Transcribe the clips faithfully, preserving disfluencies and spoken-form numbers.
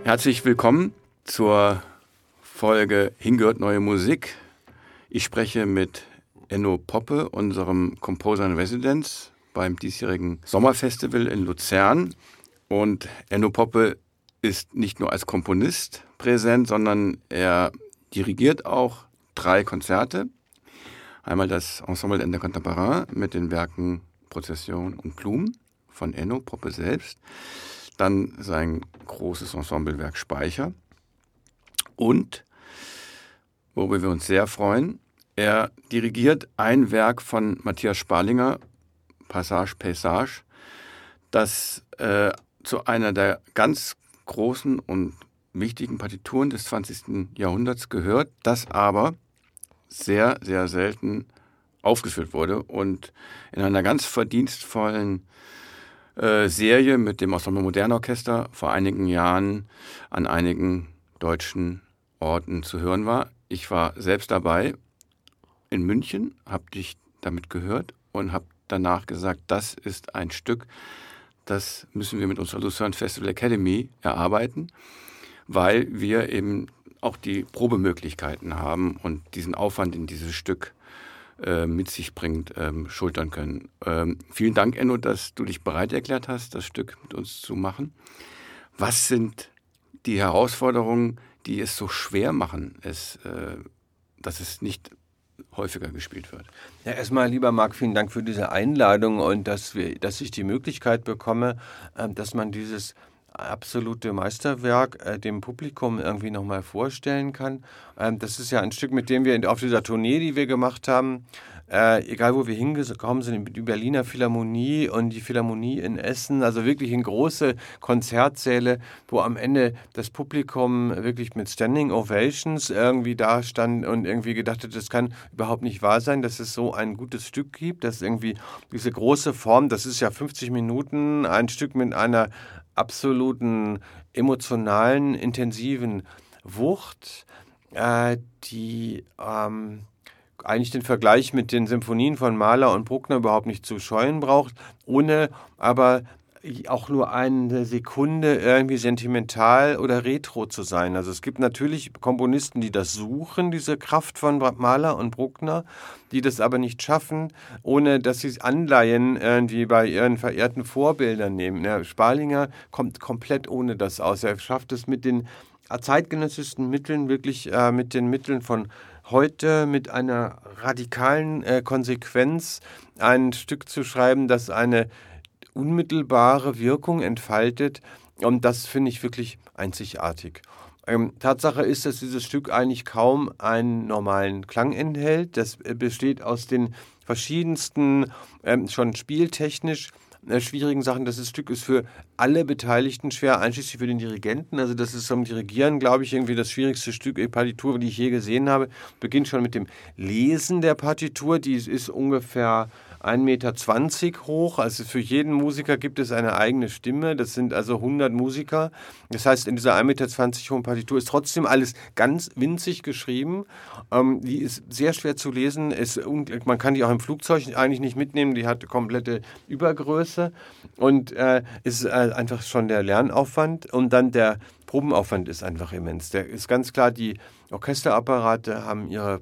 Herzlich willkommen zur Folge Hingehört neue Musik. Ich spreche mit Enno Poppe, unserem Composer in Residence beim diesjährigen Sommerfestival in Luzern. Und Enno Poppe ist nicht nur als Komponist präsent, sondern er dirigiert auch drei Konzerte. Einmal das Ensemble Ende Contemporain mit den Werken Prozession und Blumen von Enno Poppe selbst. Dann sein großes Ensemblewerk Speicher. Und, worüber wir uns sehr freuen, er dirigiert ein Werk von Matthias Sparlinger, Passage Paysage, das äh, zu einer der ganz großen und wichtigen Partituren des zwanzigsten Jahrhunderts gehört, das aber sehr, sehr selten aufgeführt wurde und in einer ganz verdienstvollen äh, Serie mit dem Ensemble Moderne Orchester vor einigen Jahren an einigen deutschen Orten zu hören war. Ich war selbst dabei in München, habe dich damit gehört und habe danach gesagt, das ist ein Stück, das müssen wir mit unserer Lucerne Festival Academy erarbeiten, weil wir eben auch die Probemöglichkeiten haben und diesen Aufwand in dieses Stück äh, mit sich bringt, ähm, schultern können. Ähm, vielen Dank, Enno, dass du dich bereit erklärt hast, das Stück mit uns zu machen. Was sind die Herausforderungen, die es so schwer machen, es, äh, dass es nicht häufiger gespielt wird? Ja, erstmal, lieber Marc, vielen Dank für diese Einladung und dass, wir, dass ich die Möglichkeit bekomme, äh, dass man dieses absolute Meisterwerk äh, dem Publikum irgendwie nochmal vorstellen kann. Ähm, das ist ja ein Stück, mit dem wir auf dieser Tournee, die wir gemacht haben, äh, egal wo wir hingekommen sind, die Berliner Philharmonie und die Philharmonie in Essen, also wirklich in große Konzertsäle, wo am Ende das Publikum wirklich mit Standing Ovations irgendwie da stand und irgendwie gedacht hat, das kann überhaupt nicht wahr sein, dass es so ein gutes Stück gibt, dass irgendwie diese große Form, das ist ja fünfzig Minuten, ein Stück mit einer absoluten emotionalen, intensiven Wucht, äh, die ähm, eigentlich den Vergleich mit den Symphonien von Mahler und Bruckner überhaupt nicht zu scheuen braucht, ohne aber auch nur eine Sekunde irgendwie sentimental oder retro zu sein. Also es gibt natürlich Komponisten, die das suchen, diese Kraft von Mahler und Bruckner, die das aber nicht schaffen, ohne dass sie Anleihen irgendwie bei ihren verehrten Vorbildern nehmen. Ja, Sparlinger kommt komplett ohne das aus. Er schafft es mit den zeitgenössischen Mitteln, wirklich äh, mit den Mitteln von heute, mit einer radikalen äh, Konsequenz ein Stück zu schreiben, das eine unmittelbare Wirkung entfaltet. Und das finde ich wirklich einzigartig. Ähm, Tatsache ist, dass dieses Stück eigentlich kaum einen normalen Klang enthält. Das äh, besteht aus den verschiedensten, ähm, schon spieltechnisch äh, schwierigen Sachen. Das Stück ist für alle Beteiligten schwer, einschließlich für den Dirigenten. Also das ist zum Dirigieren, glaube ich, irgendwie das schwierigste Stück äh, Partitur, die ich je gesehen habe. Beginnt schon mit dem Lesen der Partitur. Die ist ungefähr ein Meter zwanzig hoch, also für jeden Musiker gibt es eine eigene Stimme, das sind also hundert Musiker. Das heißt, in dieser ein Meter zwanzig hohen Partitur ist trotzdem alles ganz winzig geschrieben. Ähm, die ist sehr schwer zu lesen, ist, man kann die auch im Flugzeug eigentlich nicht mitnehmen, die hat komplette Übergröße und äh, ist äh, einfach schon der Lernaufwand und dann der Probenaufwand ist einfach immens. Der ist ganz klar, die Orchesterapparate haben ihre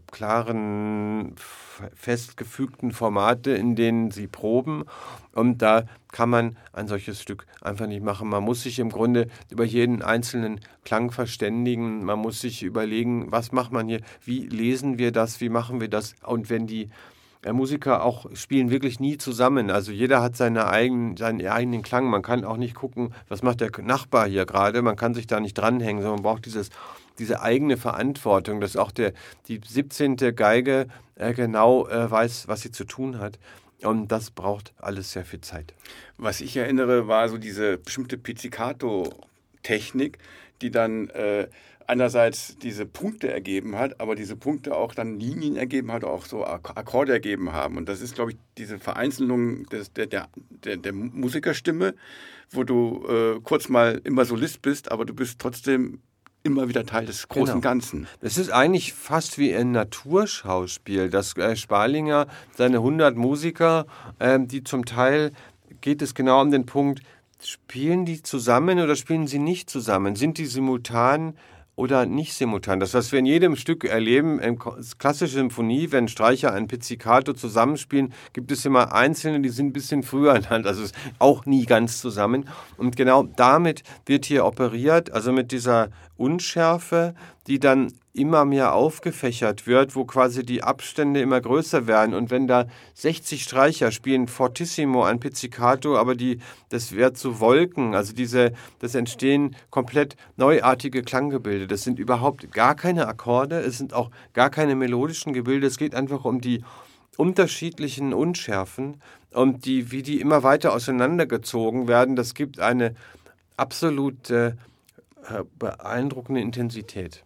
klaren, festgefügten Formate, in denen sie proben. Und da kann man ein solches Stück einfach nicht machen. Man muss sich im Grunde über jeden einzelnen Klang verständigen. Man muss sich überlegen, was macht man hier, wie lesen wir das, wie machen wir das. Und wenn die Musiker auch spielen wirklich nie zusammen. Also jeder hat seine eigenen, seinen eigenen Klang. Man kann auch nicht gucken, was macht der Nachbar hier gerade. Man kann sich da nicht dranhängen, sondern man braucht dieses, diese eigene Verantwortung, dass auch der, die siebzehnte Geige äh, genau äh, weiß, was sie zu tun hat. Und das braucht alles sehr viel Zeit. Was ich erinnere, war so diese bestimmte Pizzicato-Technik, die dann äh, einerseits diese Punkte ergeben hat, aber diese Punkte auch dann Linien ergeben hat, auch so Akkorde ergeben haben. Und das ist, glaube ich, diese Vereinzelung des, der, der, der, der Musikerstimme, wo du äh, kurz mal immer Solist bist, aber du bist trotzdem immer wieder Teil des großen Genau. Ganzen. Das ist eigentlich fast wie ein Naturschauspiel, dass äh, Sparlinger seine hundert Musiker, äh, die zum Teil geht es genau um den Punkt, spielen die zusammen oder spielen sie nicht zusammen? Sind die simultan oder nicht simultan? Das, was wir in jedem Stück erleben, in klassischer Symphonie, wenn Streicher ein Pizzicato zusammenspielen, gibt es immer Einzelne, die sind ein bisschen früher in Hand, also ist auch nie ganz zusammen. Und genau damit wird hier operiert, also mit dieser Unschärfe, die dann immer mehr aufgefächert wird, wo quasi die Abstände immer größer werden. Und wenn da sechzig Streicher spielen fortissimo ein Pizzicato, aber die, das wird zu Wolken, also diese, das entstehen komplett neuartige Klanggebilde. Das sind überhaupt gar keine Akkorde, es sind auch gar keine melodischen Gebilde. Es geht einfach um die unterschiedlichen Unschärfen und die, wie die immer weiter auseinandergezogen werden. Das gibt eine absolute äh, beeindruckende Intensität.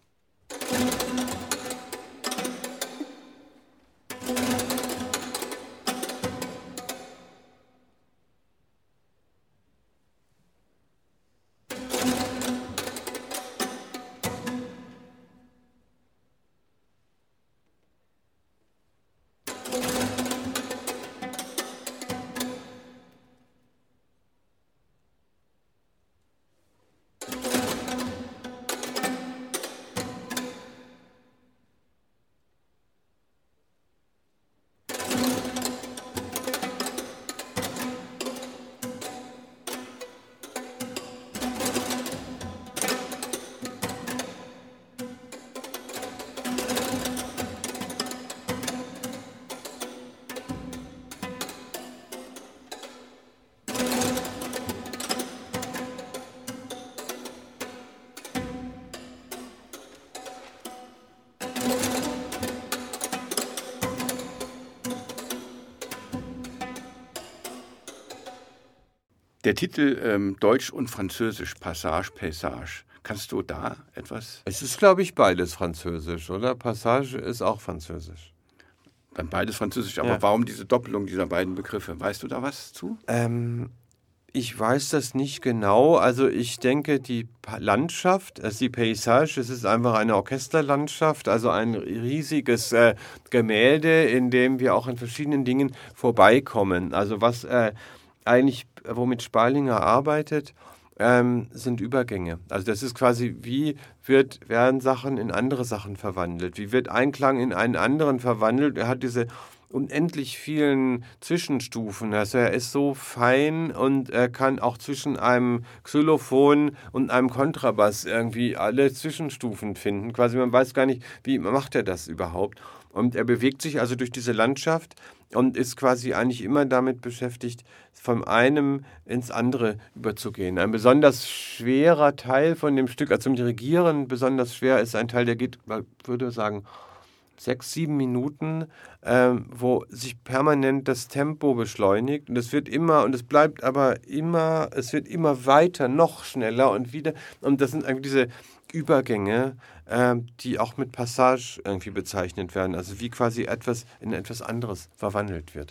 Der Titel ähm, Deutsch und Französisch, Passage, Paysage. Kannst du da etwas? Es ist, glaube ich, beides Französisch, oder? Passage ist auch Französisch. Dann beides Französisch. Aber Ja. warum diese Doppelung dieser beiden Begriffe? Weißt du da was zu? Ähm, ich weiß das nicht genau. Also ich denke, die Pa- Landschaft, also die Paysage, es ist einfach eine Orchesterlandschaft, also ein riesiges äh, Gemälde, in dem wir auch an verschiedenen Dingen vorbeikommen. Also was äh, eigentlich, womit Sparlinger arbeitet, ähm, sind Übergänge. Also das ist quasi, wie wird, werden Sachen in andere Sachen verwandelt? Wie wird ein Klang in einen anderen verwandelt? Er hat diese unendlich vielen Zwischenstufen. Also er ist so fein und er kann auch zwischen einem Xylophon und einem Kontrabass irgendwie alle Zwischenstufen finden. Quasi man weiß gar nicht, wie macht er das überhaupt. Und er bewegt sich also durch diese Landschaft und ist quasi eigentlich immer damit beschäftigt, von einem ins andere überzugehen. Ein besonders schwerer Teil von dem Stück, also zum Dirigieren besonders schwer, ist ein Teil, der geht, ich würde sagen, sechs, sieben Minuten, ähm, wo sich permanent das Tempo beschleunigt. Und es wird immer, und es bleibt aber immer, es wird immer weiter, noch schneller und wieder. Und das sind eigentlich diese Übergänge, ähm, die auch mit Passage irgendwie bezeichnet werden. Also wie quasi etwas in etwas anderes verwandelt wird.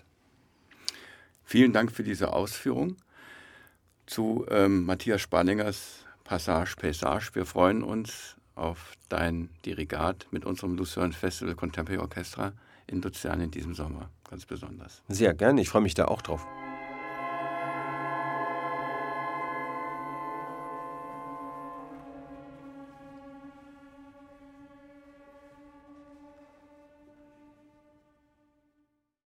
Vielen Dank für diese Ausführung zu ähm, Matthias Sparlingers Passage, Paysage. Wir freuen uns auf dein Dirigat mit unserem Lucerne Festival Contemporary Orchestra in Luzern in diesem Sommer, ganz besonders. Sehr gerne, ich freue mich da auch drauf.